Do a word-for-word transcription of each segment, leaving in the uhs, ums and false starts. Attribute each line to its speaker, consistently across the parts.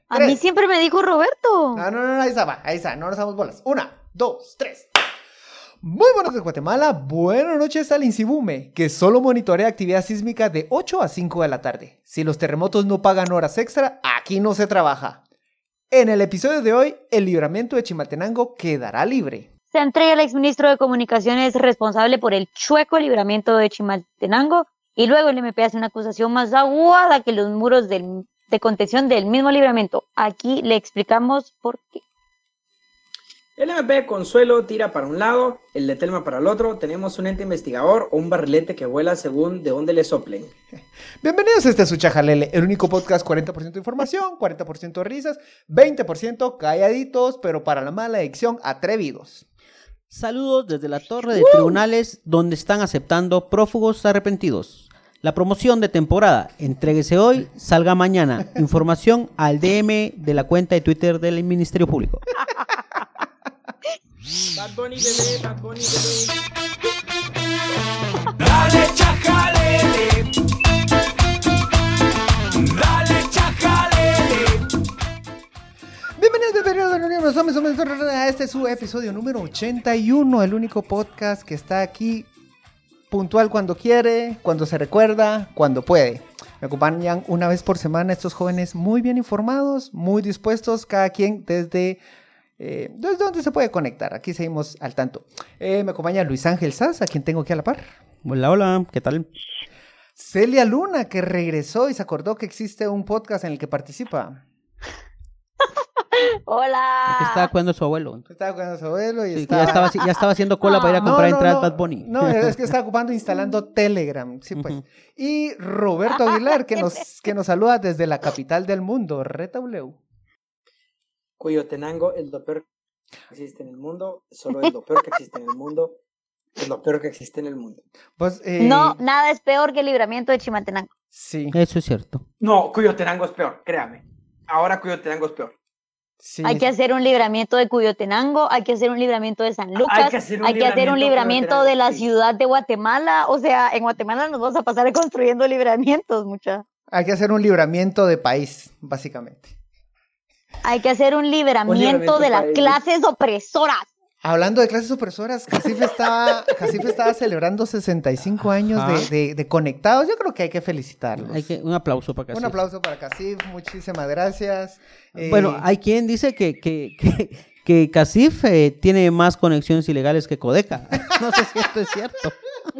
Speaker 1: A mí siempre me dijo Roberto.
Speaker 2: No, no, no, ahí está, va, ahí está, no nos damos bolas. Una, dos, tres. Muy buenos días, Guatemala. Buenas noches al INSIBUME, que solo monitorea actividad sísmica de ocho a cinco de la tarde. Si los terremotos no pagan horas extra, aquí no se trabaja. En el episodio de hoy, el libramiento de Chimaltenango quedará libre.
Speaker 1: Se entrega el exministro de Comunicaciones responsable por el chueco libramiento de Chimaltenango y luego el M P hace una acusación más aguada que los muros del, de contención del mismo libramiento. Aquí le explicamos por qué.
Speaker 3: El M P de Consuelo tira para un lado, el de Telma para el otro. Tenemos un ente investigador o un barrilete que vuela según de dónde le soplen.
Speaker 2: Bienvenidos a este Su Chajalele, el único podcast cuarenta por ciento información, cuarenta por ciento risas, veinte por ciento calladitos, pero para la mala adicción atrevidos.
Speaker 4: Saludos desde la torre de tribunales donde están aceptando prófugos arrepentidos. La promoción de temporada, entréguese hoy, salga mañana. Información al D M de la cuenta de Twitter del Ministerio Público.
Speaker 3: Bad Bunny bebé, Bad Bunny bebé.
Speaker 5: Dale chajalele, dale chajalele.
Speaker 2: Bienvenidos, bienvenidos a este es su episodio número ochenta y uno, el único podcast que está aquí puntual cuando quiere, cuando se recuerda, cuando puede. Me acompañan una vez por semana estos jóvenes muy bien informados, muy dispuestos, cada quien desde... Eh, desde donde se puede conectar. Aquí seguimos al tanto. Eh, me acompaña Luis Ángel Sass, a quien tengo aquí a la par.
Speaker 4: Hola, hola, ¿qué tal?
Speaker 2: Celia Luna, que regresó y se acordó que existe un podcast en el que participa.
Speaker 1: Hola.
Speaker 4: Aquí estaba cuidando a su abuelo.
Speaker 2: Estaba cuidando a su abuelo y
Speaker 4: Sí,
Speaker 2: estaba...
Speaker 4: ya, estaba, ya estaba haciendo cola para ir a comprar
Speaker 2: no, no,
Speaker 4: entradas
Speaker 2: no,
Speaker 4: Bad Bunny.
Speaker 2: No, es que estaba ocupando instalando Telegram. Sí, pues. Y Roberto Aguilar, que nos, que nos saluda desde la capital del mundo, Reta W.
Speaker 3: Cuyotenango es lo peor que existe en el mundo. Solo es lo peor que existe en el mundo. Es lo peor que existe en el mundo.
Speaker 2: Pues, eh...
Speaker 1: No, nada es peor que el libramiento de Chimaltenango.
Speaker 2: Sí.
Speaker 4: Eso es cierto.
Speaker 3: No, Cuyotenango es peor, créame. Ahora Cuyotenango es peor.
Speaker 2: Sí.
Speaker 1: Hay que hacer un libramiento de Cuyotenango, hay que hacer un libramiento de San Lucas,
Speaker 3: Hay que hacer un
Speaker 1: hay que hacer un
Speaker 3: libramiento
Speaker 1: libramiento de la
Speaker 3: sí.
Speaker 1: ciudad de Guatemala. O sea, en Guatemala nos vamos a pasar construyendo libramientos, mucha.
Speaker 2: Hay que hacer un libramiento de país, básicamente.
Speaker 1: Hay que hacer un libramiento,
Speaker 3: Un libramiento
Speaker 1: de las
Speaker 3: país.
Speaker 1: clases opresoras.
Speaker 2: Hablando de clases opresoras, Casife estaba, Casife estaba celebrando sesenta y cinco años de, de, de conectados. Yo creo que hay que felicitarlos.
Speaker 4: Hay que, un aplauso para Casif.
Speaker 2: Un aplauso para Casif, muchísimas gracias. Eh,
Speaker 4: Bueno, hay quien dice que, que, que, que Casif eh, tiene más conexiones ilegales que Codeca. No sé si esto es cierto.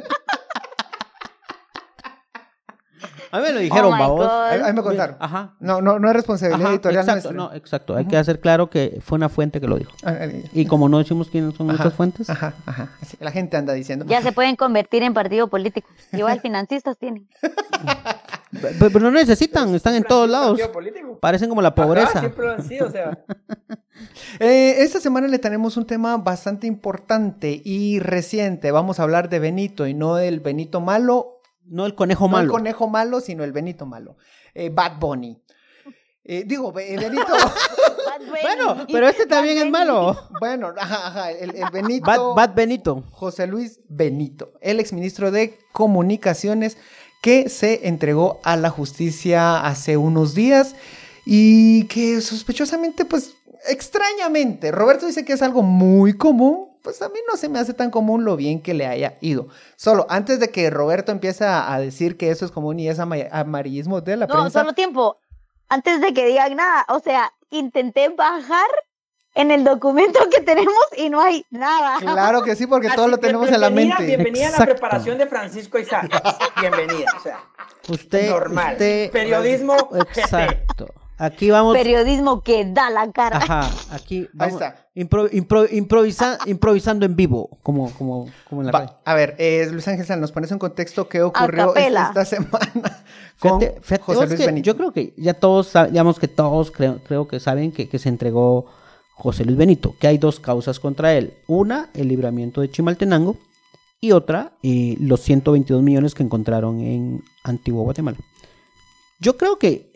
Speaker 4: A mí me lo dijeron,
Speaker 1: Oh my
Speaker 4: babos.
Speaker 1: God.
Speaker 2: ahí, ahí me contaron.
Speaker 4: Ajá.
Speaker 2: No, no, no es responsabilidad
Speaker 4: Ajá,
Speaker 2: editorial
Speaker 4: exacto,
Speaker 2: nuestra.
Speaker 4: no, exacto. Hay que hacer claro que fue una fuente que lo dijo.
Speaker 2: Ah, eh,
Speaker 4: Y como no decimos quiénes son
Speaker 2: ajá,
Speaker 4: nuestras fuentes,
Speaker 2: Ajá, ajá. Así, la gente anda diciendo.
Speaker 1: Ya se pueden convertir en partido político. Igual financistas tienen.
Speaker 4: pe- pero no necesitan, están en todos lados.
Speaker 3: Partido político.
Speaker 4: Parecen como la
Speaker 3: Ajá,
Speaker 4: pobreza.
Speaker 3: siempre lo han sido, o sea.
Speaker 2: Eh, esta semana le tenemos un tema bastante importante y reciente. Vamos a hablar de Benito y no del Benito malo.
Speaker 4: No el conejo
Speaker 2: No
Speaker 4: malo.
Speaker 2: el conejo malo, sino el Benito malo. Eh, Bad Bunny. Eh, digo, Be- Benito.
Speaker 4: Bueno, pero este también es malo.
Speaker 2: Bueno, ajá, ajá. El, el Benito.
Speaker 4: Bad, Bad Benito.
Speaker 2: José Luis Benito, el exministro de Comunicaciones que se entregó a la justicia hace unos días y que sospechosamente, pues, extrañamente, Roberto dice que es algo muy común. Pues a mí no se me hace tan común lo bien que le haya ido. Solo, antes de que Roberto empiece a, a decir que eso es común y es ama- amarillismo de la
Speaker 1: No,
Speaker 2: prensa.
Speaker 1: solo tiempo. Antes de que digan nada, o sea, intenté bajar en el documento que tenemos y no hay nada.
Speaker 2: Claro que sí, porque todo
Speaker 3: Así
Speaker 2: lo
Speaker 3: que
Speaker 2: tenemos en la
Speaker 3: bienvenida-
Speaker 2: mente.
Speaker 3: Bienvenida a la
Speaker 4: Exacto.
Speaker 3: preparación de Francisco Isaac. Bienvenida, o sea.
Speaker 4: Usted.
Speaker 3: Normal.
Speaker 4: Usted,
Speaker 3: Periodismo.
Speaker 4: Exacto. Aquí vamos.
Speaker 1: Periodismo que da la cara.
Speaker 4: Ajá, aquí vamos.
Speaker 2: está.
Speaker 4: impro- impro- improvisa- improvisando en vivo, como, como, como en la
Speaker 2: Va,
Speaker 4: radio.
Speaker 2: a ver, eh, Luis Ángel San, nos pones en contexto qué ocurrió
Speaker 1: capela.
Speaker 2: esta, esta semana con
Speaker 4: Fíjate- fíjate,
Speaker 2: José
Speaker 4: es
Speaker 2: Luis
Speaker 4: que
Speaker 2: Benito.
Speaker 4: yo creo que ya todos, sab- digamos que todos creo, creo que saben que, que se entregó José Luis Benito, que hay dos causas contra él. Una, el libramiento de Chimaltenango, y otra, eh, los ciento veintidós millones que encontraron en Antigua Guatemala. Yo creo que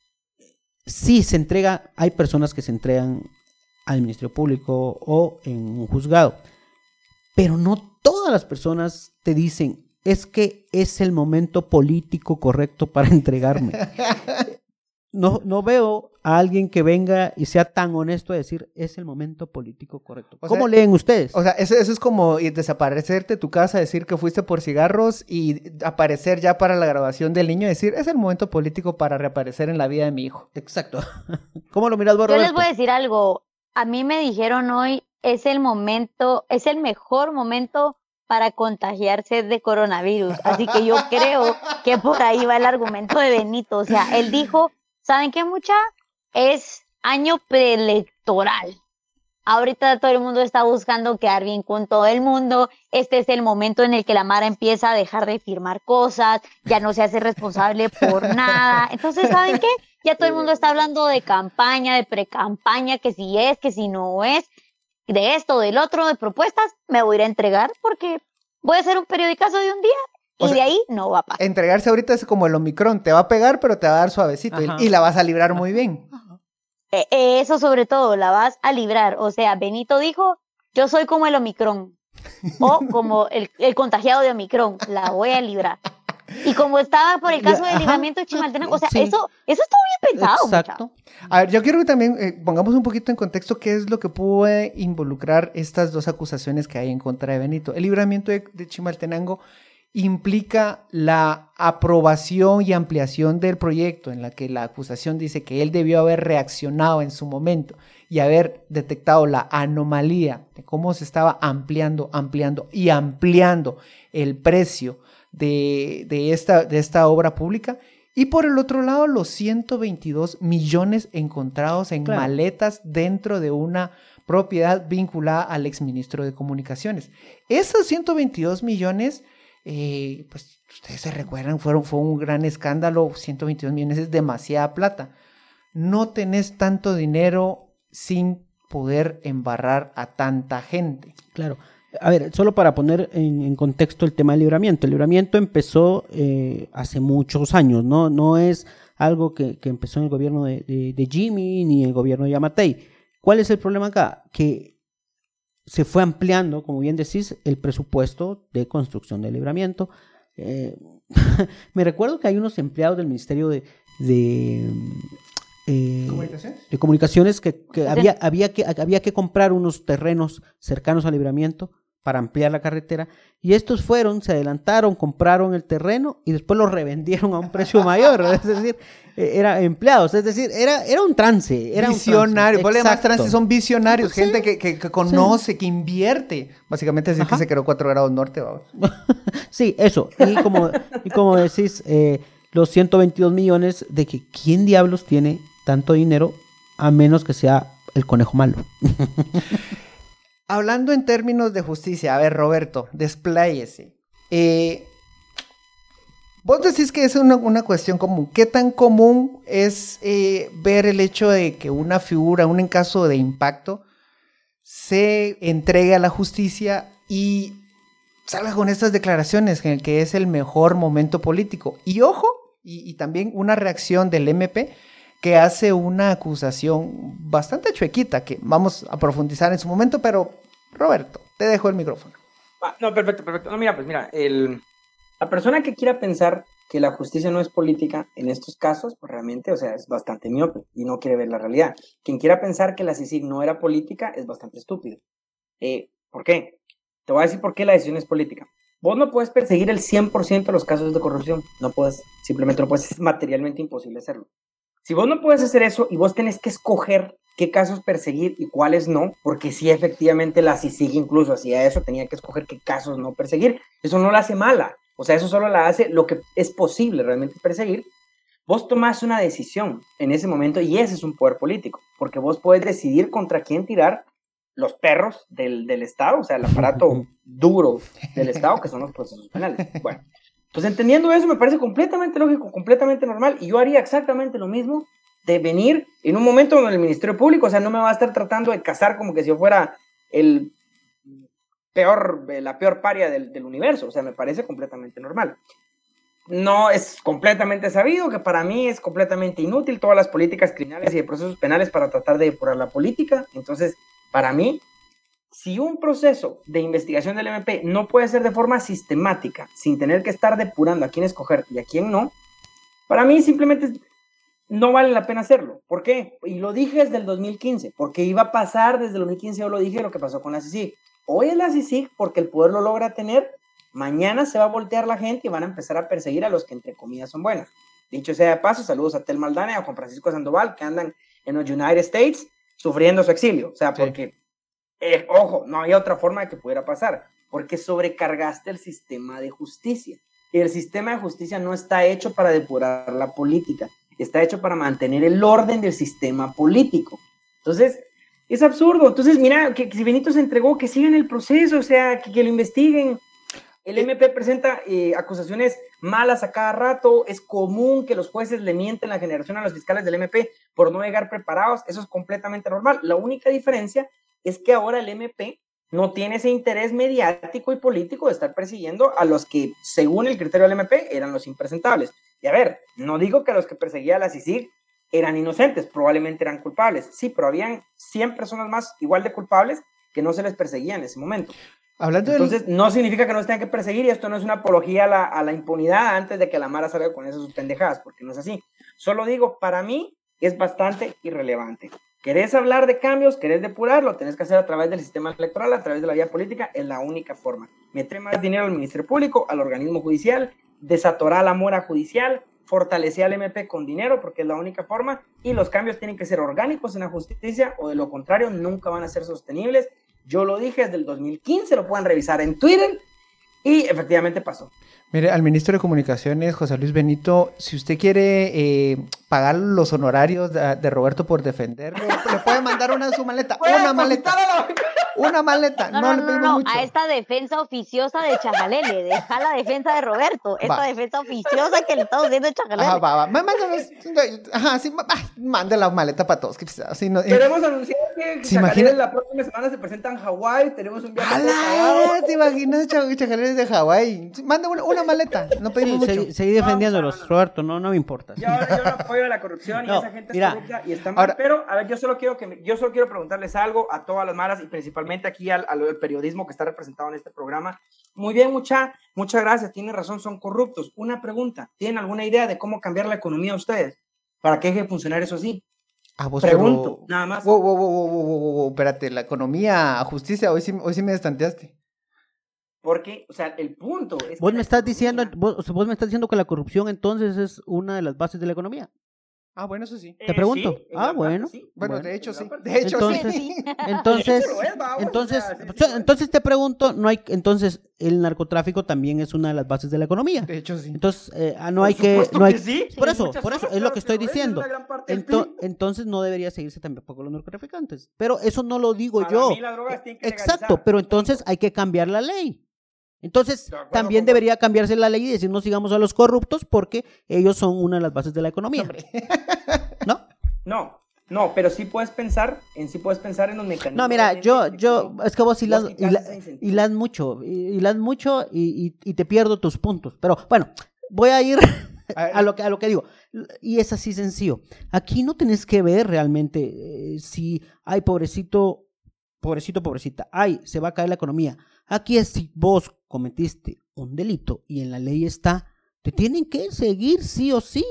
Speaker 4: sí se entrega, hay personas que se entregan al Ministerio Público o en un juzgado, pero no todas las personas te dicen, es que es el momento político correcto para entregarme. No, no veo a alguien que venga y sea tan honesto a decir es el momento político correcto.
Speaker 2: O
Speaker 4: ¿Cómo
Speaker 2: sea,
Speaker 4: leen ustedes?
Speaker 2: O sea, eso, eso es como ir- desaparecerte de tu casa, decir que fuiste por cigarros y aparecer ya para la grabación del niño, decir, es el momento político para reaparecer en la vida de mi hijo.
Speaker 4: Exacto. ¿Cómo lo miras vos,
Speaker 1: Yo les
Speaker 4: Roberto?
Speaker 1: voy a decir algo. A mí me dijeron hoy, es el momento, es el mejor momento para contagiarse de coronavirus. Así que yo creo que por ahí va el argumento de Benito. O sea, él dijo, ¿saben qué, mucha? Es año preelectoral. Ahorita todo el mundo está buscando quedar bien con todo el mundo. Este es el momento en el que la Mara empieza a dejar de firmar cosas, ya no se hace responsable por nada. Entonces, ¿saben qué? Ya todo el mundo está hablando de campaña, de precampaña, que si es, que si no es, de esto, del otro, de propuestas. Me voy a ir a entregar porque voy a hacer un periodicazo de un día y
Speaker 2: O sea,
Speaker 1: de ahí no va a pasar.
Speaker 2: Entregarse ahorita es como el Omicron, te va a pegar, pero te va a dar suavecito y,
Speaker 4: Ajá.
Speaker 2: y la vas a librar muy bien.
Speaker 1: Eh, eh, eso sobre todo, la vas a librar. O sea, Benito dijo, yo soy como el Omicron o como el, el contagiado de Omicron, la voy a librar. Y como estaba por el caso
Speaker 4: Ya,
Speaker 1: del
Speaker 4: ajá.
Speaker 1: libramiento de Chimaltenango, o sea,
Speaker 4: Sí.
Speaker 1: eso, eso estuvo bien pensado.
Speaker 4: Exacto.
Speaker 2: A ver, yo quiero que también eh, pongamos un poquito en contexto qué es lo que puede involucrar estas dos acusaciones que hay en contra de Benito. El libramiento de, de Chimaltenango implica la aprobación y ampliación del proyecto, en la que la acusación dice que él debió haber reaccionado en su momento y haber detectado la anomalía de cómo se estaba ampliando, ampliando y ampliando el precio de, de, esta, de esta obra pública. Y por el otro lado, los ciento veintidós millones encontrados en
Speaker 4: Claro.
Speaker 2: maletas dentro de una propiedad vinculada al exministro de Comunicaciones. Esos ciento veintidós millones, eh, pues ustedes se recuerdan, fueron, fue un gran escándalo. ciento veintidós millones es demasiada plata. No tenés tanto dinero sin poder embarrar a tanta gente.
Speaker 4: Claro. A ver, solo para poner en, en contexto el tema del libramiento. El libramiento empezó eh, hace muchos años, ¿no? No es algo que, que empezó en el gobierno de, de, de Jimmy ni en el gobierno de Yamatei. ¿Cuál es el problema acá? Que se fue ampliando, como bien decís, el presupuesto de construcción del libramiento. Eh, me recuerdo que hay unos empleados del Ministerio de... de eh,
Speaker 2: ¿Comunicaciones?
Speaker 4: de comunicaciones que, que
Speaker 1: Sí.
Speaker 4: había, había, que, había que comprar unos terrenos cercanos al libramiento para ampliar la carretera, y estos fueron, se adelantaron, compraron el terreno y después lo revendieron a un precio mayor, es decir, eh, eran empleados, es decir, era, era un trance, era
Speaker 2: Visionario,
Speaker 4: un
Speaker 2: ponle
Speaker 4: trance.
Speaker 2: más trance, son visionarios,
Speaker 4: Sí.
Speaker 2: gente que, que, que conoce, que invierte. Básicamente es el que
Speaker 4: Ajá.
Speaker 2: se quedó cuatro grados norte, vamos.
Speaker 4: Sí, eso, y como, y como decís, eh, los ciento veintidós millones, de que quién diablos tiene tanto dinero a menos que sea el conejo malo.
Speaker 2: Hablando en términos de justicia, a ver, Roberto, despláyese. Eh, vos decís que es una, una cuestión común. ¿Qué tan común es eh, ver el hecho de que una figura, un caso de impacto, se entregue a la justicia y salga con estas declaraciones en el que es el mejor momento político? Y ojo, y, y también una reacción del M P que hace una acusación bastante chuequita, que vamos a profundizar en su momento, pero Roberto, te dejo el micrófono.
Speaker 3: Ah, no, perfecto, perfecto. No, mira, pues mira, el, la persona que quiera pensar que la justicia no es política en estos casos, pues realmente, o sea, es bastante miope y no quiere ver la realidad. Quien quiera pensar que la CICIG no era política es bastante estúpido. Eh, ¿Por qué? Te voy a decir por qué la decisión es política. Vos no puedes perseguir el cien por ciento de los casos de corrupción. No puedes, simplemente no puedes, es materialmente imposible hacerlo. Si vos no puedes hacer eso y vos tenés que escoger qué casos perseguir y cuáles no, porque sí, efectivamente la CICIG incluso hacía eso, tenía que escoger qué casos no perseguir, eso no la hace mala, o sea, eso solo la hace lo que es posible realmente perseguir. Vos tomás una decisión en ese momento y ese es un poder político, porque vos podés decidir contra quién tirar los perros del, del Estado, o sea, el aparato duro del Estado, que son los procesos penales. Bueno, pues entendiendo eso me parece completamente lógico, completamente normal, y yo haría exactamente lo mismo de venir en un momento donde el Ministerio Público, o sea, no me va a estar tratando de cazar como que si yo fuera el peor, la peor paria del, del universo, o sea, me parece completamente normal. No es completamente sabido que para mí es completamente inútil todas las políticas criminales y de procesos penales para tratar de depurar la política, entonces, para mí, si un proceso de investigación del M P no puede ser de forma sistemática, sin tener que estar depurando a quién escoger y a quién no, para mí simplemente no vale la pena hacerlo. ¿Por qué? Y lo dije desde el dos mil quince, porque iba a pasar desde el dos mil quince, yo lo dije, lo que pasó con la C I C I G. Hoy es la C I C I G porque el poder lo logra tener, mañana se va a voltear la gente y van a empezar a perseguir a los que entre comillas son buenos. Dicho sea de paso, saludos a Tel Maldana y a Juan Francisco Sandoval, que andan en los United States sufriendo su exilio. O sea, porque, sí. eh, ojo, no había otra forma de que pudiera pasar, porque sobrecargaste el sistema de justicia. Y el sistema de justicia no está hecho para depurar la política, está hecho para mantener el orden del sistema político. Entonces, es absurdo. Entonces, mira, que, que si Benito se entregó, que sigan el proceso, o sea, que, que lo investiguen. El M P presenta eh, acusaciones malas a cada rato. Es común que los jueces le mienten la generación a los fiscales del M P por no llegar preparados. Eso es completamente normal. La única diferencia es que ahora el M P no tiene ese interés mediático y político de estar persiguiendo a los que, según el criterio del M P, eran los impresentables. Y a ver, no digo que los que perseguía la C I C I G eran inocentes, probablemente eran culpables. Sí, pero habían cien personas más igual de culpables que no se les perseguía en ese momento.
Speaker 2: Hablando
Speaker 3: Entonces,
Speaker 2: del...
Speaker 3: no significa que no se tengan que perseguir, y esto no es una apología a la, a la impunidad antes de que la Mara salga con esas sus pendejadas, porque no es así. Solo digo, para mí es bastante irrelevante. ¿Querés hablar de cambios? ¿Querés depurarlo? Tenés que hacer a través del sistema electoral, a través de la vía política, es la única forma. Meter más dinero al Ministerio Público, al organismo judicial, desatorar la mora judicial, fortalecer al M P con dinero, porque es la única forma, y los cambios tienen que ser orgánicos en la justicia, o de lo contrario nunca van a ser sostenibles. Yo lo dije desde el dos mil quince, lo pueden revisar en Twitter, y efectivamente pasó.
Speaker 2: Mire, al ministro de Comunicaciones, José Luis Benito, si usted quiere eh, pagar los honorarios de, de Roberto por defenderlo, le puede mandar una de su maleta, una maleta, una maleta,
Speaker 1: no,
Speaker 2: no,
Speaker 1: no,
Speaker 2: le
Speaker 1: no,
Speaker 2: pedimos
Speaker 1: no,
Speaker 2: mucho.
Speaker 1: A esta defensa oficiosa de Chajalele, deja la defensa de Roberto, esta
Speaker 2: Va.
Speaker 1: defensa oficiosa que le estamos haciendo a Chajalele.
Speaker 2: Ajá, va, va, mándanos, ajá, sí, va, mande la maleta para todos, que así no,
Speaker 3: Queremos anunciar que
Speaker 2: ¿Se imagina?
Speaker 3: la próxima semana se presenta en Hawái, tenemos un viaje a
Speaker 2: ¡Hala! ¿Te imaginas Chacaleres de Hawái? Manda una, una maleta, no pedimos
Speaker 4: Sí,
Speaker 2: mucho.
Speaker 4: seguí, seguí defendiéndolos,
Speaker 3: No, no, no.
Speaker 4: Roberto, no, no me importa.
Speaker 3: Yo, yo no apoyo la corrupción y
Speaker 4: No,
Speaker 3: esa gente
Speaker 4: mira,
Speaker 3: es corrupta y está mal,
Speaker 2: ahora-
Speaker 3: pero a ver, yo solo quiero que me- yo solo quiero preguntarles algo a todas las malas y principalmente aquí al, al periodismo que está representado en este programa. Muy bien, mucha, muchas gracias, tienen razón, son corruptos. Una pregunta, ¿tienen alguna idea de cómo cambiar la economía ustedes? ¿Para que deje de funcionar eso así?
Speaker 2: Ah, vos,
Speaker 3: Pregunto,
Speaker 2: pero-
Speaker 3: nada más.
Speaker 2: Wow, wow, wow, wow, wow, wow, wow, espérate, la economía, justicia, hoy sí, hoy sí me destanteaste.
Speaker 3: Porque, o sea, el punto es
Speaker 4: Vos
Speaker 3: que
Speaker 4: me
Speaker 3: la
Speaker 4: estás
Speaker 3: economía-
Speaker 4: diciendo, vos, o sea, vos me estás diciendo que la corrupción entonces es una de las bases de la economía.
Speaker 2: Ah, bueno, eso sí.
Speaker 4: Te
Speaker 3: Eh,
Speaker 4: pregunto.
Speaker 3: sí, en
Speaker 4: ah,
Speaker 3: gran
Speaker 4: bueno.
Speaker 3: parte sí.
Speaker 2: Bueno,
Speaker 4: Bueno,
Speaker 2: de hecho
Speaker 3: en
Speaker 2: sí,
Speaker 3: gran parte.
Speaker 2: de hecho
Speaker 4: Entonces,
Speaker 2: sí.
Speaker 4: Entonces,
Speaker 3: Pero es, vamos,
Speaker 4: entonces,
Speaker 3: o sea, sí,
Speaker 4: so-
Speaker 3: sí.
Speaker 4: entonces te pregunto, no hay, entonces el narcotráfico también es una de las bases de la economía.
Speaker 2: De hecho sí.
Speaker 4: Entonces, eh, ah, no
Speaker 3: Por
Speaker 4: hay que,
Speaker 3: supuesto
Speaker 4: no hay,
Speaker 3: que sí.
Speaker 4: por
Speaker 3: En
Speaker 4: eso,
Speaker 3: muchas
Speaker 4: por eso
Speaker 3: cosas,
Speaker 4: es lo que estoy
Speaker 3: pero esa es
Speaker 4: diciendo.
Speaker 3: una gran parte del
Speaker 4: Ento-
Speaker 3: PIB.
Speaker 4: entonces no debería seguirse tampoco los narcotraficantes. Pero eso no lo digo
Speaker 3: Para
Speaker 4: yo.
Speaker 3: mí las drogas tienen que
Speaker 4: Exacto,
Speaker 3: legalizar.
Speaker 4: pero entonces hay que cambiar la ley. Entonces,
Speaker 3: De acuerdo
Speaker 4: también
Speaker 3: con vos.
Speaker 4: debería cambiarse la ley y decir no sigamos a los corruptos porque ellos son una de las bases de la economía. ¿No?
Speaker 3: No, no, pero sí puedes pensar, en sí puedes pensar en los mecanismos.
Speaker 4: No, mira,
Speaker 3: de
Speaker 4: yo,
Speaker 3: gente
Speaker 4: yo,
Speaker 3: que-
Speaker 4: es que vos hilas,
Speaker 3: los que
Speaker 4: hila-
Speaker 3: casi se incentivan.
Speaker 4: hilas mucho, hilas mucho y, y- y te pierdo tus puntos. Pero bueno, voy a ir
Speaker 2: A ver.
Speaker 4: a lo que, a lo que digo. Y es así sencillo. Aquí no tenés que ver realmente eh, si hay pobrecito, pobrecito, pobrecita. Ay, se va a caer la economía. Aquí es si vos cometiste un delito y en la ley está, te tienen que seguir sí o sí.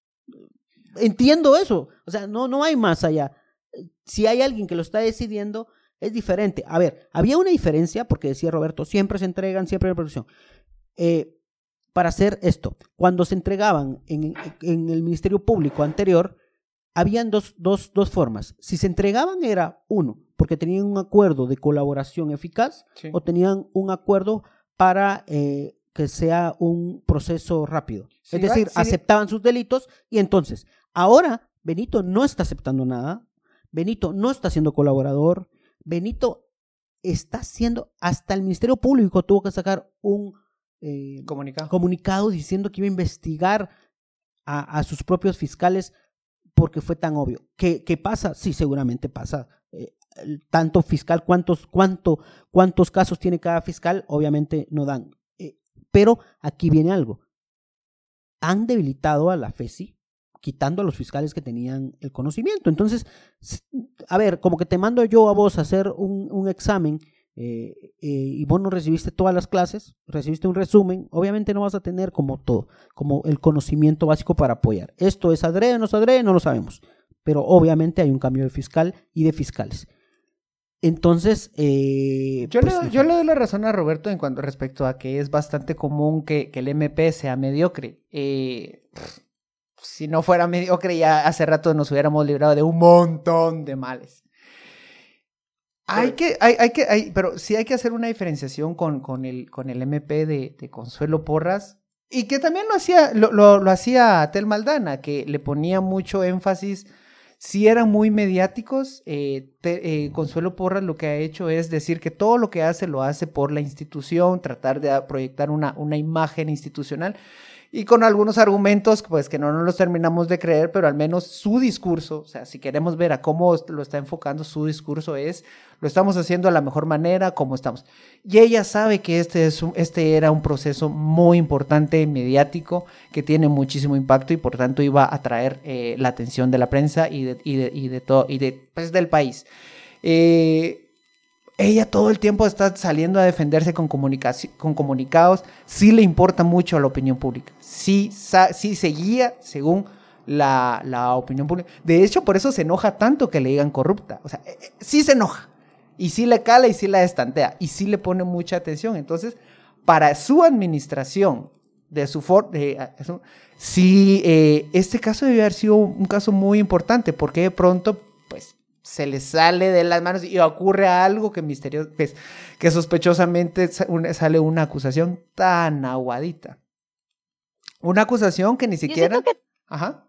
Speaker 4: Entiendo eso. O sea, no, no hay más allá. Si hay alguien que lo está decidiendo, es diferente. A ver, había una diferencia, porque decía Roberto, siempre se entregan, siempre hay producción. Eh, para hacer esto, cuando se entregaban en, en el Ministerio Público anterior, habían dos, dos, dos formas. Si se entregaban era uno, porque tenían un acuerdo de colaboración eficaz,
Speaker 2: Sí.
Speaker 4: o tenían un acuerdo para eh, que sea un proceso rápido.
Speaker 2: Sí,
Speaker 4: es decir,
Speaker 2: va- sí.
Speaker 4: aceptaban sus delitos y entonces, ahora Benito no está aceptando nada, Benito no está siendo colaborador, Benito está haciendo, hasta el Ministerio Público tuvo que sacar un eh,
Speaker 2: Comunicado.
Speaker 4: comunicado diciendo que iba a investigar a, a sus propios fiscales porque fue tan obvio. ¿Qué, qué pasa? Sí, seguramente pasa. Eh, el- tanto fiscal, cuántos, cuánto, cuántos casos tiene cada fiscal, obviamente no dan. Eh, pero aquí viene algo. Han debilitado a la FESI, quitando a los fiscales que tenían el conocimiento. Entonces, s- a ver, como que te mando yo a vos a hacer un, un examen eh, eh, y vos no recibiste todas las clases, recibiste un resumen, obviamente no vas a tener como todo, como el conocimiento básico para apoyar. Esto es adrede o no es adrede, no lo sabemos, pero obviamente hay un cambio de fiscal y de fiscales. Entonces, eh,
Speaker 2: Yo,
Speaker 4: pues,
Speaker 2: le, yo le doy la razón a Roberto en cuanto respecto a que es bastante común que, que el M P sea mediocre. Eh, pff, si no fuera mediocre, ya hace rato nos hubiéramos librado de un montón de males. Hay que, hay, hay que, hay, pero sí hay que hacer una diferenciación con, con, el, con el M P de, de Consuelo Porras, y que también lo hacía, lo, lo, lo hacía Tel Maldana, que le ponía mucho énfasis. Sí eran muy mediáticos. eh, te, eh, Consuelo Porras lo que ha hecho es decir que todo lo que hace lo hace por la institución, tratar de proyectar una, una imagen institucional, y con algunos argumentos pues que no nos los terminamos de creer, pero al menos su discurso, o sea, si queremos ver a cómo lo está enfocando, su discurso es, lo estamos haciendo de la mejor manera, como estamos. Y ella sabe que este, es un, este era un proceso muy importante, mediático, que tiene muchísimo impacto y por tanto iba a atraer eh, la atención de la prensa y de, y de, y de todo, y de, pues, del país. Eh, ella todo el tiempo está saliendo a defenderse con, comunicaci- con comunicados. Sí le importa mucho a la opinión pública. Sí, sa- sí se guía según la, la opinión pública. De hecho, por eso se enoja tanto que le digan corrupta. O sea, eh, eh, sí se enoja. Y sí le cala y sí la estantea. Y sí le pone mucha atención. Entonces, para su administración, de su for- de, uh, su- sí, eh, este caso debe haber sido un caso muy importante. Porque de pronto, pues, se le sale de las manos y ocurre algo que misterioso, que, que sospechosamente sale una acusación tan aguadita. Una acusación que ni siquiera...
Speaker 1: Que...
Speaker 2: Ajá.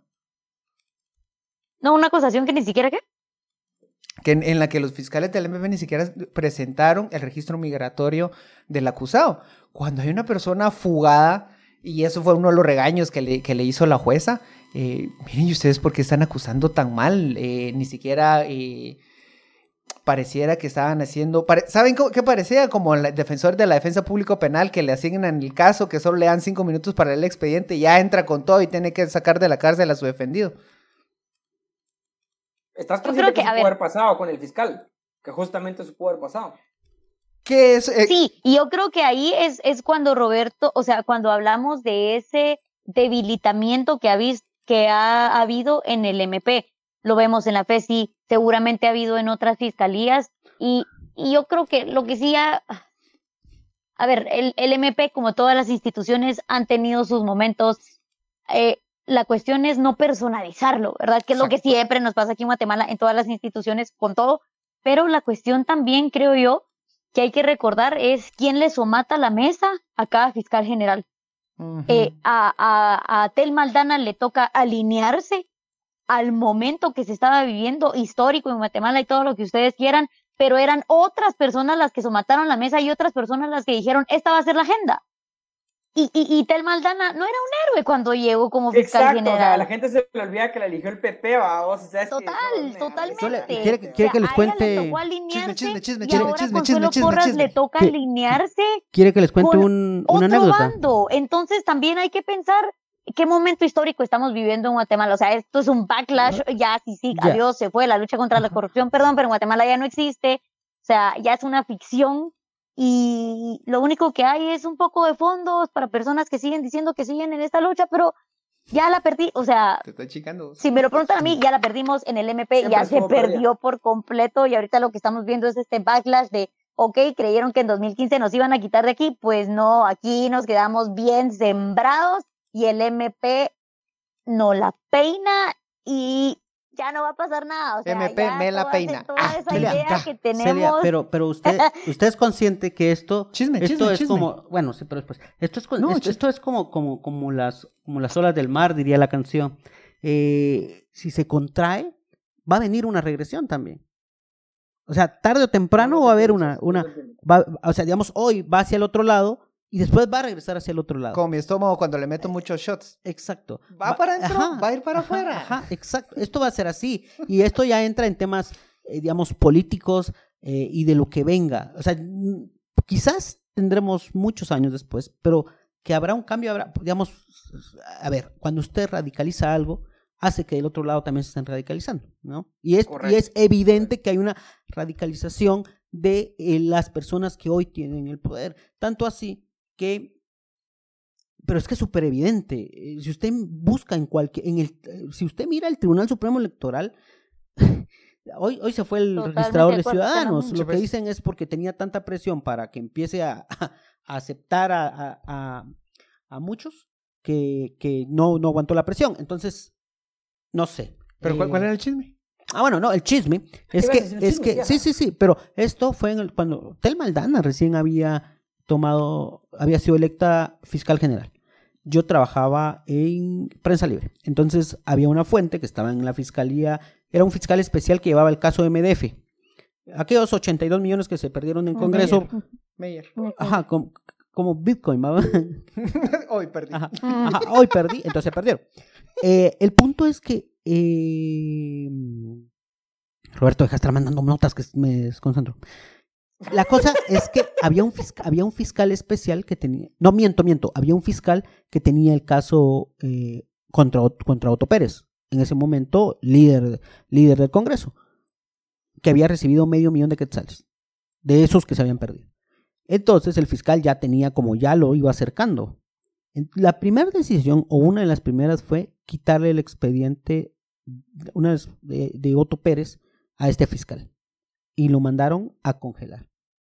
Speaker 1: No, una acusación que ni siquiera ¿qué?
Speaker 2: Que en, en la que los fiscales del M P ni siquiera presentaron el registro migratorio del acusado. Cuando hay una persona fugada, y eso fue uno de los regaños que le, que le hizo la jueza, eh, miren, ¿y ustedes por qué están acusando tan mal? Eh, ni siquiera eh, pareciera que estaban haciendo... Pare, ¿Saben qué parecía? Como el defensor de la defensa público penal, que le asignan el caso, que solo le dan cinco minutos para el expediente, y ya entra con todo y tiene que sacar de la cárcel a su defendido.
Speaker 3: ¿Estás consciente que, que eso pudo haber pasado con el fiscal? Que justamente eso pudo haber pasado.
Speaker 2: ¿Qué es? Eh...
Speaker 1: Sí, y yo creo que ahí es, es cuando Roberto, o sea, cuando hablamos de ese debilitamiento que ha, visto, que ha habido en el M P. Lo vemos en la F E S I, seguramente ha habido en otras fiscalías, y, y yo creo que lo que sí ha... A ver, el, el M P, como todas las instituciones, han tenido sus momentos. Eh, la cuestión es no personalizarlo, ¿verdad? Que es lo que siempre nos pasa aquí en Guatemala, en todas las instituciones, con todo. Pero la cuestión también, creo yo, que hay que recordar es quién le somata la mesa a cada fiscal general. Uh-huh. eh, a, a, a Tel Maldana le toca alinearse al momento que se estaba viviendo histórico en Guatemala y todo lo que ustedes quieran, pero eran otras personas las que somataron la mesa y otras personas las que dijeron, esta va a ser la agenda. Y, y, y Tel Maldana no era un héroe cuando llegó como fiscal
Speaker 3: Exacto,
Speaker 1: general.
Speaker 3: O sea, la gente se le olvida que la eligió el P P, vamos. O sea,
Speaker 1: Total,
Speaker 3: es
Speaker 1: totalmente.
Speaker 4: Le, ¿Quiere, quiere o sea, que les cuente?
Speaker 1: Le tocó alinearse
Speaker 2: chisme, chisme, chisme,
Speaker 1: y ahora
Speaker 2: chisme,
Speaker 1: Consuelo
Speaker 2: chisme,
Speaker 1: Porras
Speaker 2: chisme.
Speaker 1: le toca
Speaker 4: ¿Qué?
Speaker 1: alinearse.
Speaker 4: ¿Quiere que les cuente
Speaker 1: con
Speaker 4: un,
Speaker 1: otro
Speaker 4: una anécdota?
Speaker 1: Bando. Entonces también hay que pensar qué momento histórico estamos viviendo en Guatemala. O sea, esto es un backlash, ya sí, sí,
Speaker 4: ya.
Speaker 1: adiós, se fue la lucha contra la corrupción, perdón, pero en Guatemala ya no existe. O sea, ya es una ficción. Y lo único que hay es un poco de fondos para personas que siguen diciendo que siguen en esta lucha, pero ya la perdí, o sea,
Speaker 2: te estoy chicando.
Speaker 1: Si me lo preguntan a mí, ya la perdimos en el M P,
Speaker 3: Siempre
Speaker 1: ya se perdió
Speaker 3: perdida.
Speaker 1: por completo y ahorita lo que estamos viendo es este backlash de, ok, creyeron que en dos mil quince nos iban a quitar de aquí, pues no, aquí nos quedamos bien sembrados y el M P no la peina y ya no va a pasar nada. O sea,
Speaker 2: M P
Speaker 1: ya
Speaker 2: me la
Speaker 1: toda
Speaker 2: peina.
Speaker 1: ese- Toda
Speaker 2: Ah,
Speaker 1: esa
Speaker 2: Celia,
Speaker 1: idea
Speaker 2: ya.
Speaker 1: que tenemos.
Speaker 4: Celia, pero, pero usted, usted es consciente que esto,
Speaker 2: Chisme,
Speaker 4: esto
Speaker 2: chisme,
Speaker 4: es
Speaker 2: chisme.
Speaker 4: como, bueno, sí, pero después, esto es, con-
Speaker 2: No,
Speaker 4: esto,
Speaker 2: chisme.
Speaker 4: esto es como, como, como las, como las olas del mar, diría la canción. Eh, si se contrae, va a venir una regresión también. O sea, tarde o temprano va a haber una, una, va, o sea, digamos, hoy va hacia el otro lado y después va a regresar hacia el otro lado.
Speaker 2: Como mi estómago cuando le meto muchos shots.
Speaker 4: Exacto.
Speaker 2: Va para adentro,
Speaker 4: ajá,
Speaker 2: va a ir para
Speaker 4: ajá,
Speaker 2: afuera.
Speaker 4: Ajá, exacto. Esto va a ser así. Y esto ya entra en temas, eh, digamos, políticos eh, y de lo que venga. O sea, mm, quizás tendremos muchos años después, pero que habrá un cambio, habrá, digamos, a ver, cuando usted radicaliza algo, hace que del otro lado también se estén radicalizando, ¿no? Y es, y es evidente que hay una radicalización de eh, las personas que hoy tienen el poder. Tanto así que, pero es que es súper evidente, eh, si usted busca en cualquier, en el, eh, si usted mira el Tribunal Supremo Electoral, hoy, hoy se fue el
Speaker 1: Totalmente
Speaker 4: registrador
Speaker 1: de
Speaker 4: de
Speaker 1: acuerdo,
Speaker 4: ciudadanos,
Speaker 1: claramente.
Speaker 4: lo que dicen es porque tenía tanta presión para que empiece a, a aceptar a, a, a, a muchos que, que no, no aguantó la presión, entonces, no sé.
Speaker 2: ¿Pero cuál,
Speaker 4: Eh,
Speaker 2: cuál era el chisme?
Speaker 4: Ah, bueno, no, el chisme es
Speaker 3: ibas
Speaker 4: que,
Speaker 3: a decir un
Speaker 4: es
Speaker 3: chisme,
Speaker 4: que,
Speaker 3: sí,
Speaker 4: sí,
Speaker 3: ajá.
Speaker 4: sí, sí, pero esto fue en el, cuando Telma Aldana recién había tomado, había sido electa fiscal general. Yo trabajaba en Prensa Libre, entonces había una fuente que estaba en la fiscalía, era un fiscal especial que llevaba el caso M D F. Aquellos ochenta y dos millones que se perdieron en
Speaker 1: Ujú.
Speaker 4: Congreso,
Speaker 2: Meyer.
Speaker 4: ajá, como, como Bitcoin, ¿va?
Speaker 2: Hoy perdí.
Speaker 4: Ajá, ajá, hoy perdí, entonces perdieron. Eh, el punto es que eh, Roberto, deja de estar mandando notas que me desconcentro. La cosa es que había un, fisca, había un fiscal especial que tenía, no miento, miento, había un fiscal que tenía el caso eh, contra, contra Otto Pérez, en ese momento líder, líder del Congreso, que había recibido medio millón de quetzales, de esos que se habían perdido. Entonces el fiscal ya tenía, como ya lo iba acercando. La primera decisión, o una de las primeras, fue quitarle el expediente una vez de, de Otto Pérez a este fiscal. Y lo mandaron a congelar.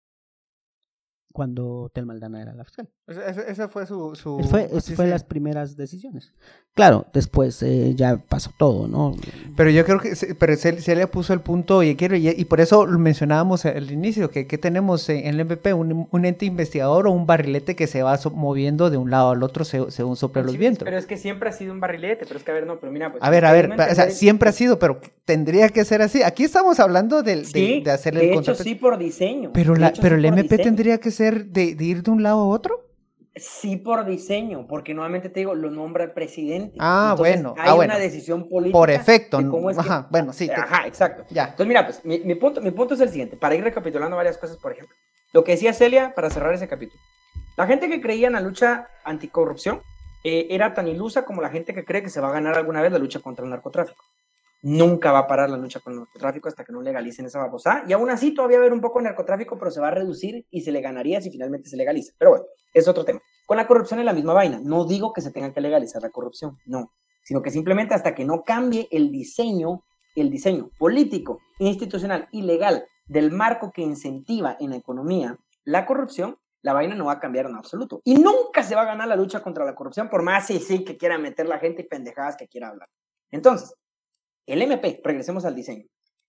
Speaker 4: Cuando Telma Aldana era la fiscal.
Speaker 2: Esa, esa- esa fue su... su
Speaker 4: Fue,
Speaker 2: así
Speaker 4: fue
Speaker 2: se-
Speaker 4: las primeras decisiones. Claro, después eh, ya pasó todo, ¿no?
Speaker 2: Pero yo creo que se- pero se, se le puso el punto, y quiero y, y por eso lo mencionábamos al inicio, que, que tenemos en el M P un, un ente investigador o un barrilete que se va so- moviendo de un lado al otro se- según soplan los
Speaker 3: Chivis,
Speaker 2: vientos.
Speaker 3: Pero es que siempre ha sido un barrilete, pero es que a ver, no, pero mira, pues...
Speaker 2: A ver, a ver,
Speaker 3: queriendo
Speaker 2: o sea,
Speaker 3: entender-
Speaker 2: siempre ha sido, pero tendría que ser así. Aquí estamos hablando del- de,
Speaker 3: Sí,
Speaker 2: de hacerle
Speaker 3: de
Speaker 2: el
Speaker 3: hecho
Speaker 2: contrapeso.
Speaker 3: sí por diseño.
Speaker 2: Pero,
Speaker 3: de
Speaker 2: la,
Speaker 3: hecho,
Speaker 2: pero
Speaker 3: sí
Speaker 2: el
Speaker 3: por
Speaker 2: M P
Speaker 3: diseño.
Speaker 2: tendría que ser de, de ir de un lado a otro.
Speaker 3: Sí por diseño, porque nuevamente te digo, lo nombra el presidente.
Speaker 2: Ah,
Speaker 3: Entonces,
Speaker 2: bueno,
Speaker 3: hay
Speaker 2: ah, bueno.
Speaker 3: una decisión política.
Speaker 2: Por efecto,
Speaker 3: de cómo es que-
Speaker 2: ajá, bueno, sí, te-
Speaker 3: Ajá, exacto.
Speaker 2: Ya.
Speaker 3: Entonces, mira, pues, mi, mi punto, mi punto es el siguiente, para ir recapitulando varias cosas, por ejemplo. Lo que decía Celia, para cerrar ese capítulo. La gente que creía en la lucha anticorrupción eh, era tan ilusa como la gente que cree que se va a ganar alguna vez la lucha contra el narcotráfico. Nunca va a parar la lucha con el narcotráfico hasta que no legalicen esa babosada. Y aún así todavía va a haber un poco de narcotráfico, pero se va a reducir y se le ganaría si finalmente se legaliza. Pero bueno, es otro tema. Con la corrupción es la misma vaina. No digo que se tenga que legalizar la corrupción, no. Sino que simplemente hasta que no cambie el diseño, el diseño político, institucional y legal del marco que incentiva en la economía la corrupción, la vaina no va a cambiar en absoluto. Y nunca se va a ganar la lucha contra la corrupción, por más sí, sí que quiera meter la gente y pendejadas que quiera hablar. Entonces, el M P, regresemos al diseño.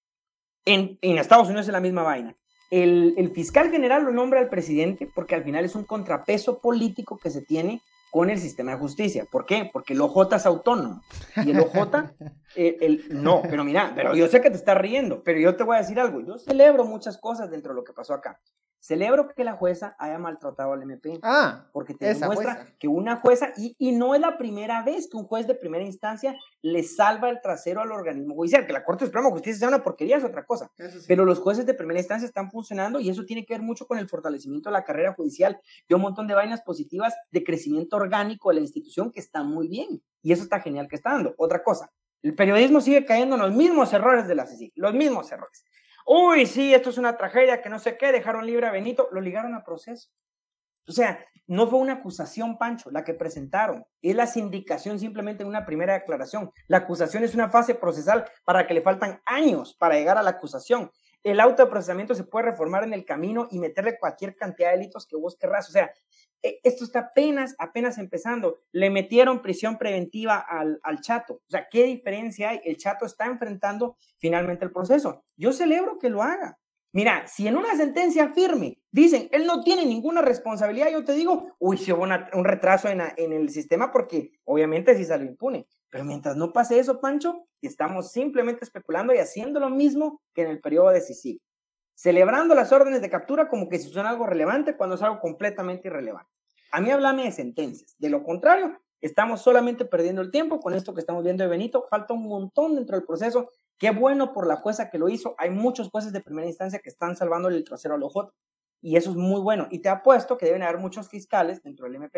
Speaker 3: En, en Estados Unidos es la misma vaina. El, el fiscal general lo nombra al presidente porque al final es un contrapeso político que se tiene con el sistema de justicia. ¿Por qué? Porque el O J es autónomo. Y el O J, el, el, no, pero mira, pero yo sé que te estás riendo, pero yo te voy a decir algo. Yo celebro muchas cosas dentro de lo que pasó acá. Celebro que la jueza haya maltratado al M P.
Speaker 2: Ah,
Speaker 3: Porque te
Speaker 2: esa
Speaker 3: demuestra
Speaker 2: jueza.
Speaker 3: que una jueza, y, y no es la primera vez que un juez de primera instancia le salva el trasero al organismo judicial. Que la Corte Suprema de Justicia sea una porquería es otra cosa.
Speaker 2: eso sí.
Speaker 3: Pero los jueces de primera instancia están funcionando y eso tiene que ver mucho con el fortalecimiento de la carrera judicial y un montón de vainas positivas de crecimiento orgánico de la institución que está muy bien. Y eso está genial que está dando. Otra cosa, el periodismo sigue cayendo en los mismos errores de la C I C I, los mismos errores. Uy, sí, esto es una tragedia, que no sé qué, dejaron libre a Benito, lo ligaron a proceso. O sea, no fue una acusación, Pancho, la que presentaron. Es la sindicación simplemente en una primera declaración. La acusación es una fase procesal para que le faltan años para llegar a la acusación. El auto de procesamiento se puede reformar en el camino y meterle cualquier cantidad de delitos que vos querrás. O sea, eh, esto está apenas, apenas empezando. Le metieron prisión preventiva al, al Chato. O sea, ¿qué diferencia hay? El Chato está enfrentando finalmente el proceso. Yo celebro que lo haga. Mira, si en una sentencia firme dicen, él no tiene ninguna responsabilidad, yo te digo, uy, si hubo una, un retraso en, la, en el sistema porque obviamente sí salió impune. Pero mientras no pase eso, Pancho, estamos simplemente especulando y haciendo lo mismo que en el periodo decisivo. Celebrando las órdenes de captura como que si son algo relevante cuando es algo completamente irrelevante. A mí háblame de sentencias. De lo contrario, estamos solamente perdiendo el tiempo con esto que estamos viendo de Benito. Falta un montón dentro del proceso. Qué bueno por la jueza que lo hizo. Hay muchos jueces de primera instancia que están salvándole el trasero al O J. Y eso es muy bueno. Y te apuesto que deben haber muchos fiscales dentro del M P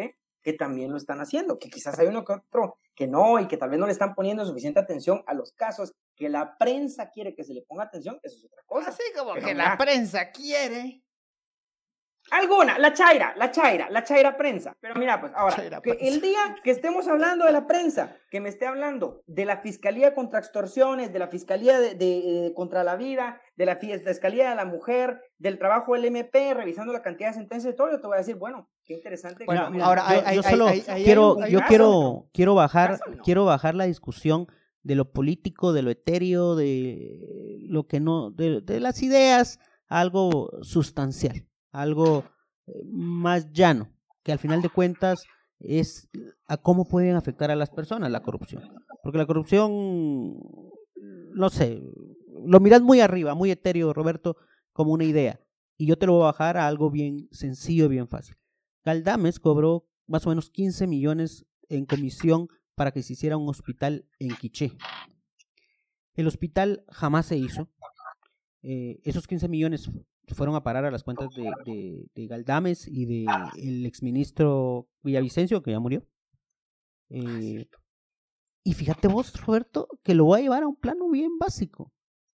Speaker 3: que también lo están haciendo, que quizás hay uno que otro que no, y que tal vez no le están poniendo suficiente atención a los casos que la prensa quiere que se le ponga atención, eso es otra cosa.
Speaker 2: Así como
Speaker 3: Pero
Speaker 2: que
Speaker 3: mira,
Speaker 2: la prensa quiere.
Speaker 3: alguna, la chaira, la chaira, la chaira prensa. Pero mira, pues ahora,
Speaker 2: Chaira
Speaker 3: que
Speaker 2: prensa.
Speaker 3: el día que estemos hablando de la prensa, que me esté hablando de la Fiscalía contra Extorsiones, de la Fiscalía de, de, eh, contra la Vida, de la Fiscalía de la Mujer, del trabajo del M P, revisando la cantidad de sentencias y todo, yo te voy a decir, bueno, qué interesante.
Speaker 2: Bueno,
Speaker 3: que-
Speaker 2: ahora
Speaker 4: yo,
Speaker 2: hay-
Speaker 4: yo
Speaker 2: hay-
Speaker 4: solo
Speaker 2: hay- hay-
Speaker 4: quiero,
Speaker 2: hay un
Speaker 4: yo
Speaker 3: caso,
Speaker 4: quiero,
Speaker 3: ¿no?
Speaker 4: quiero bajar,
Speaker 3: Caso, ¿no?
Speaker 4: quiero bajar la discusión de lo político, de lo etéreo, de lo que no, de, de las ideas, a algo sustancial, algo eh, más llano, que al final de cuentas es a cómo pueden afectar a las personas la corrupción. Porque la corrupción, no sé, lo miras muy arriba, muy etéreo, Roberto, como una idea. Y yo te lo voy a bajar a algo bien sencillo, bien fácil. Galdames cobró más o menos quince millones en comisión para que se hiciera un hospital en Quiché. El hospital jamás se hizo. Eh, esos quince millones fueron a parar a las cuentas de, de, de Galdames y del exministro Villavicencio, que ya murió. Eh, y fíjate vos, Roberto, que lo voy a llevar a un plano bien básico.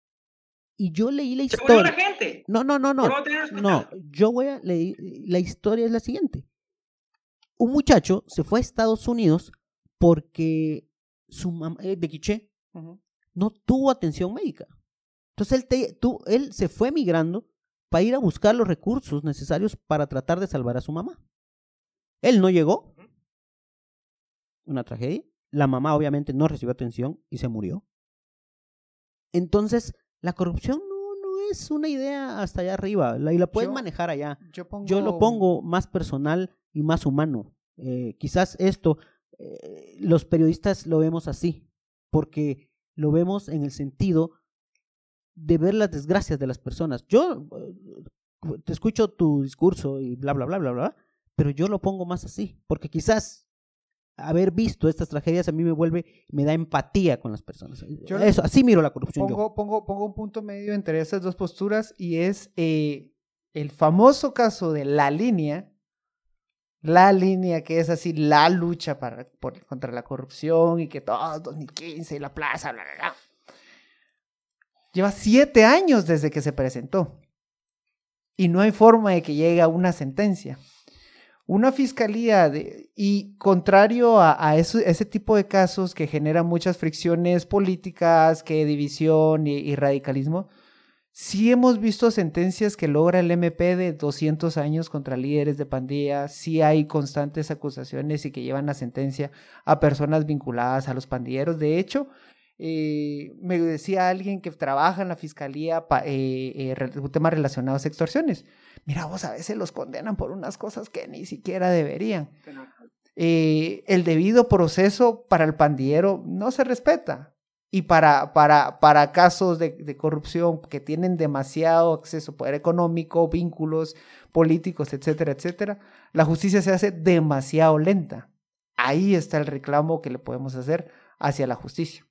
Speaker 4: Y yo leí la
Speaker 3: Se murió la
Speaker 4: historia.
Speaker 3: gente.
Speaker 4: No, no, no, no.
Speaker 3: Ya vamos a tener hospital.
Speaker 4: No, yo voy a leer. La historia es la siguiente. Un muchacho se fue a Estados Unidos porque su mamá, eh, de Quiché,
Speaker 2: Ujú.
Speaker 4: no tuvo atención médica. Entonces él, te, tú, él se fue migrando para ir a buscar los recursos necesarios para tratar de salvar a su mamá. Él no llegó. Una tragedia. La mamá obviamente no recibió atención y se murió. Entonces, la corrupción no, no es una idea hasta allá arriba, la, y la puedes
Speaker 2: Yo-
Speaker 4: manejar allá.
Speaker 2: Yo, pongo...
Speaker 4: Yo lo pongo más personal y más humano. Eh, quizás esto, eh, los periodistas lo vemos así, porque lo vemos en el sentido de ver las desgracias de las personas. Yo eh, te escucho tu discurso y bla, bla, bla, bla, bla, pero yo lo pongo más así, porque quizás haber visto estas tragedias a mí me vuelve, me da empatía con las personas.
Speaker 2: Yo
Speaker 4: Eso, así miro la corrupción yo.
Speaker 2: Pongo, pongo, pongo un punto medio entre esas dos posturas y es eh, el famoso caso de La Línea, la línea que es así la lucha para, por, contra la corrupción y que todo dos mil quince y la plaza, bla, bla, bla. Lleva siete años desde que se presentó y no hay forma de que llegue a una sentencia. Una fiscalía, de, y contrario a, a eso, ese tipo de casos que generan muchas fricciones políticas, que división y, y radicalismo, sí hemos visto sentencias que logra el M P de doscientos años contra líderes de pandillas, sí hay constantes acusaciones y que llevan a sentencia a personas vinculadas a los pandilleros. De hecho, eh, me decía alguien que trabaja en la fiscalía, pa, eh, eh, temas relacionados a extorsiones. Mira, vos a veces los condenan por unas cosas que ni siquiera deberían. Eh, el debido proceso para el pandillero no se respeta. Y para, para, para casos de, de corrupción que tienen demasiado acceso a poder económico, vínculos políticos, etcétera, etcétera, la justicia se hace demasiado lenta. Ahí está el reclamo que le podemos hacer hacia la justicia.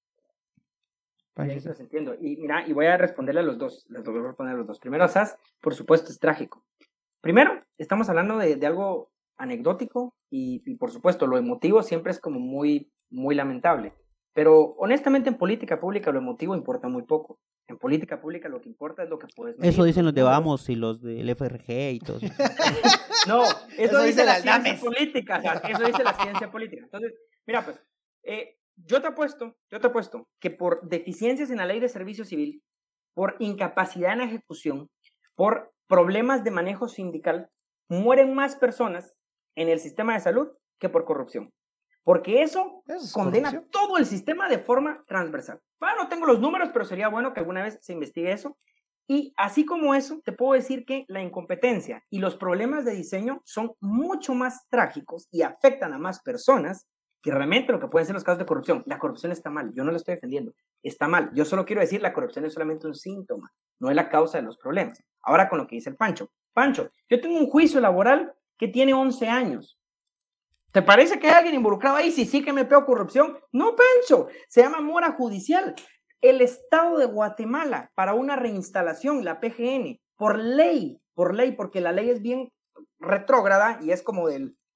Speaker 3: Ya, eso los entiendo. Y mira, y voy a responderle a los dos. Les voy a responder a los dos. Primero, S A S, por supuesto, es trágico. Primero, estamos hablando de, de algo anecdótico y, y, por supuesto, lo emotivo siempre es como muy, muy lamentable. Pero, honestamente, en política pública lo emotivo importa muy poco. En política pública lo que importa es lo que puedes medir.
Speaker 4: Eso dicen los de Vamos y los del F R G y todo eso.
Speaker 3: No, eso,
Speaker 2: Eso
Speaker 3: dice
Speaker 2: dice
Speaker 3: la
Speaker 2: las
Speaker 3: ciencia
Speaker 2: dames.
Speaker 3: política. O sea, eso dice la ciencia política. Entonces, mira, pues, eh, yo te apuesto, yo te apuesto que por deficiencias en la ley de servicio civil, por incapacidad en la ejecución, por problemas de manejo sindical, mueren más personas en el sistema de salud que por corrupción. Porque eso,
Speaker 2: Eso es
Speaker 3: condena
Speaker 2: corrupción.
Speaker 3: todo el sistema de forma transversal. Bueno, no tengo los números, pero sería bueno que alguna vez se investigue eso. Y así como eso, te puedo decir que la incompetencia y los problemas de diseño son mucho más trágicos y afectan a más personas que realmente lo que pueden ser los casos de corrupción. La corrupción está mal, yo no la estoy defendiendo, está mal. Yo solo quiero decir, la corrupción es solamente un síntoma, no es la causa de los problemas. Ahora con lo que dice el Pancho. Pancho, yo tengo un juicio laboral que tiene once años. ¿Te parece que hay alguien involucrado ahí? Si sí que me pego corrupción. No, Pancho, se llama mora judicial. El Estado de Guatemala, para una reinstalación, la P G N, por ley, por ley, porque la ley es bien retrógrada y es como del,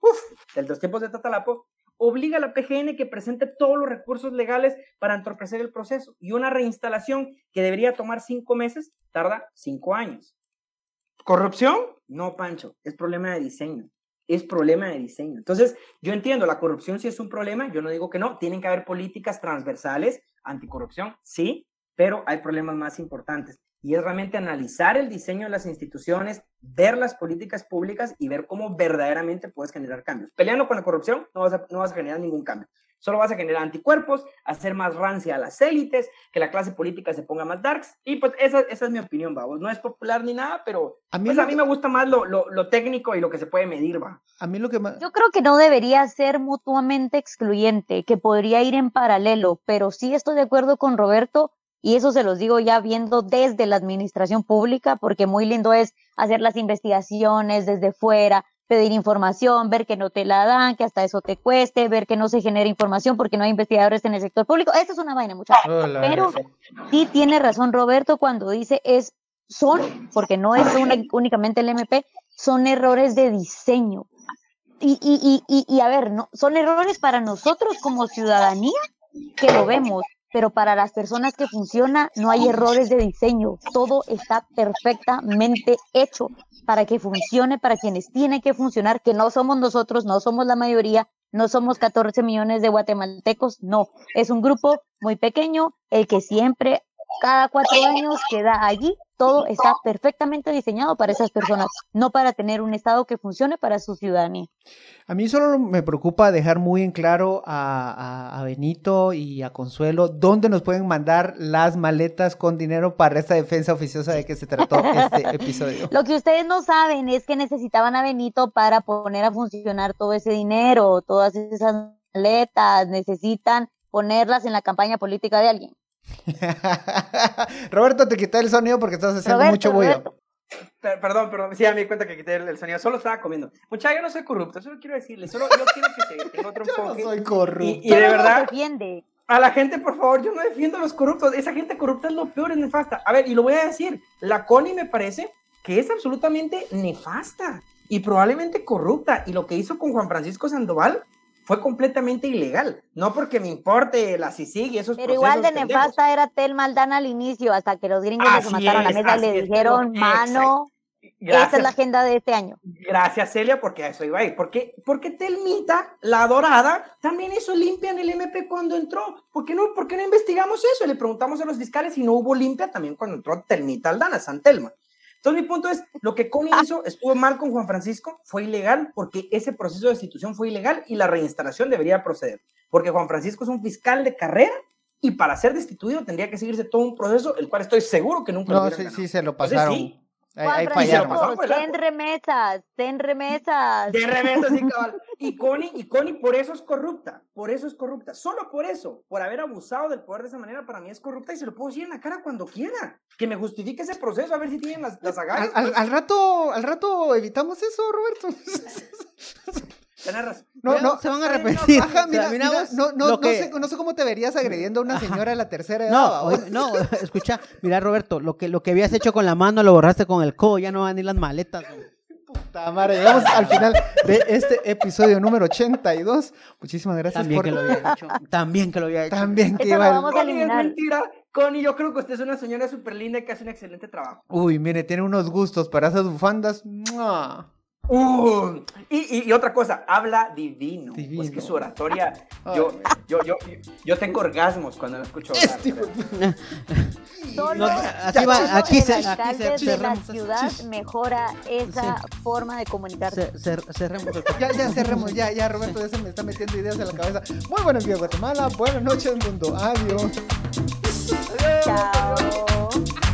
Speaker 3: uf, de los tiempos de Tatalapo, obliga a la P G N que presente todos los recursos legales para entorpecer el proceso. Y una reinstalación que debería tomar cinco meses, tarda cinco años. ¿Corrupción? No, Pancho, es problema de diseño. Es problema de diseño. Entonces, yo entiendo, la corrupción sí es un problema, yo no digo que no, tienen que haber políticas transversales, anticorrupción, sí, pero hay problemas más importantes. Y es realmente analizar el diseño de las instituciones, ver las políticas públicas y ver cómo verdaderamente puedes generar cambios. Peleando con la corrupción no vas a, no vas a generar ningún cambio. Solo vas a generar anticuerpos, hacer más rancia a las élites, que la clase política se ponga más darks. Y pues esa, esa es mi opinión, babos. No es popular ni nada, pero a mí, pues, a mí que... me gusta más lo, lo, lo técnico y lo que se puede medir, va.
Speaker 2: A mí lo que más...
Speaker 1: Yo creo que no debería ser mutuamente excluyente, que podría ir en paralelo, pero sí estoy de acuerdo con Roberto. Y eso se los digo ya viendo desde la administración pública, porque muy lindo es hacer las investigaciones desde fuera, pedir información, ver que no te la dan, que hasta eso te cueste, ver que no se genera información porque no hay investigadores en el sector público. Esa es una vaina, muchachos.
Speaker 2: Oh,
Speaker 1: Pero sí tiene razón Roberto cuando dice es, son, porque no es una, únicamente el M P, son errores de diseño. Y, y, y, y, y a ver, no, son errores para nosotros como ciudadanía que lo vemos. Pero para las personas que funciona no hay errores de diseño, todo está perfectamente hecho para que funcione, para quienes tiene que funcionar, que no somos nosotros, no somos la mayoría, no somos catorce millones de guatemaltecos, no, es un grupo muy pequeño, el que siempre, cada cuatro años queda allí, todo está perfectamente diseñado para esas personas, no para tener un Estado que funcione para su ciudadanía.
Speaker 2: A mí solo me preocupa dejar muy en claro a, a, a Benito y a Consuelo dónde nos pueden mandar las maletas con dinero para esta defensa oficiosa de que se trató este episodio.
Speaker 1: Lo que ustedes no saben es que necesitaban a Benito para poner a funcionar todo ese dinero, todas esas maletas, necesitan ponerlas en la campaña política de alguien.
Speaker 2: Roberto, te quité el sonido porque estás haciendo
Speaker 1: Roberto,
Speaker 2: mucho bulla.
Speaker 1: Roberto.
Speaker 3: Per- Perdón, perdón, sí, ya me di cuenta que quité el, el sonido, solo estaba comiendo. Muchachos, yo no soy corrupto, solo quiero decirles, solo yo quiero que se tenga otro
Speaker 2: Yo no
Speaker 3: enfoque.
Speaker 2: soy corrupto.
Speaker 3: Y, y de
Speaker 1: Solo
Speaker 3: verdad,
Speaker 1: nos defiende.
Speaker 3: a la gente, por favor, yo no defiendo a los corruptos, esa gente corrupta es lo peor, es nefasta. A ver, y lo voy a decir, la Connie me parece que es absolutamente nefasta y probablemente corrupta, y lo que hizo con Juan Francisco Sandoval fue completamente ilegal, no porque me importe la C I C I G y esos
Speaker 1: Pero igual de
Speaker 3: pendejos.
Speaker 1: nefasta era Telma Aldana al inicio, hasta que los gringos le
Speaker 3: Así
Speaker 1: mataron la
Speaker 3: es,
Speaker 1: mesa y le
Speaker 3: así es,
Speaker 1: dijeron,
Speaker 3: pero-
Speaker 1: mano,
Speaker 3: Gracias.
Speaker 1: esta es la agenda de este año.
Speaker 3: Gracias, Celia, porque a eso iba a ir. Porque, porque Telmita, la dorada, también hizo limpia en el M P cuando entró. ¿Por qué no, por qué no investigamos eso? Le preguntamos a los fiscales si no hubo limpia también cuando entró Telmita Aldana, San Telma. Entonces, mi punto es, lo que Connie hizo estuvo mal con Juan Francisco, fue ilegal porque ese proceso de destitución fue ilegal y la reinstalación debería proceder. Porque Juan Francisco es un fiscal de carrera y para ser destituido tendría que seguirse todo un proceso, el cual estoy seguro que nunca lo
Speaker 2: No,
Speaker 3: hubieran
Speaker 2: sí,
Speaker 3: ganado.
Speaker 2: sí, se lo
Speaker 3: Entonces,
Speaker 2: pasaron.
Speaker 3: sí,
Speaker 2: Ahí,
Speaker 1: Juan
Speaker 2: ahí
Speaker 3: Francisco,
Speaker 2: fallaron.
Speaker 3: pasaron por el
Speaker 1: ten
Speaker 3: arco.
Speaker 1: remesas, ten remesas.
Speaker 3: De revés, así, cabal. Y Connie, y Connie por eso es corrupta, por eso es corrupta, solo por eso, por haber abusado del poder de esa manera, para mí es corrupta y se lo puedo decir en la cara cuando quiera. Que me justifique ese proceso, a ver si tienen las, las
Speaker 2: Al,
Speaker 3: agallas.
Speaker 2: al- al rato, al rato evitamos eso, Roberto.
Speaker 3: Tenés razón.
Speaker 2: No, no,
Speaker 4: se van a
Speaker 2: Ay,
Speaker 4: arrepentir.
Speaker 2: No, ajá,
Speaker 4: O sea,
Speaker 2: mira,
Speaker 4: mira
Speaker 2: mira,
Speaker 4: vos,
Speaker 2: no, no,
Speaker 4: lo
Speaker 2: no
Speaker 4: que-
Speaker 2: sé, no sé cómo te verías agrediendo a una señora de la tercera edad.
Speaker 4: No,
Speaker 2: ¿va?
Speaker 4: oye, no, escucha, mira Roberto, lo que, lo que habías hecho con la mano lo borraste con el codo, ya no van ni las maletas.
Speaker 2: Puta madre, llegamos al final de este episodio número ochenta y dos. Muchísimas gracias
Speaker 4: También
Speaker 2: por...
Speaker 4: que lo había hecho, también que lo había hecho.
Speaker 2: También que
Speaker 1: Eso
Speaker 2: iba
Speaker 1: lo
Speaker 2: el-
Speaker 1: vamos a
Speaker 3: Connie, es
Speaker 1: eliminar.
Speaker 3: mentira. Connie, yo creo que usted es una señora súper linda y que hace un excelente trabajo.
Speaker 2: Uy, mire, tiene unos gustos para esas bufandas. ¡Mua!
Speaker 3: Uh, y, y, y otra cosa, habla divino.
Speaker 2: Divino.
Speaker 3: Pues que su oratoria, yo, yo, yo, yo, yo tengo orgasmos cuando la escucho hablar.
Speaker 2: Este hijo de-
Speaker 1: Solo,
Speaker 4: No, aquí va,
Speaker 1: solo
Speaker 4: aquí
Speaker 1: el
Speaker 4: se- aquí
Speaker 1: alcalde
Speaker 4: se-
Speaker 1: de la
Speaker 4: cerramos.
Speaker 1: ciudad mejora esa forma de comunicarse.
Speaker 4: Ce- cer- cerremos el
Speaker 2: Ya, ya cerremos, ya, ya, Roberto, ya se me está metiendo ideas en la cabeza. Muy buenos días, Guatemala. Buenas noches, mundo. Adiós.
Speaker 1: Chao.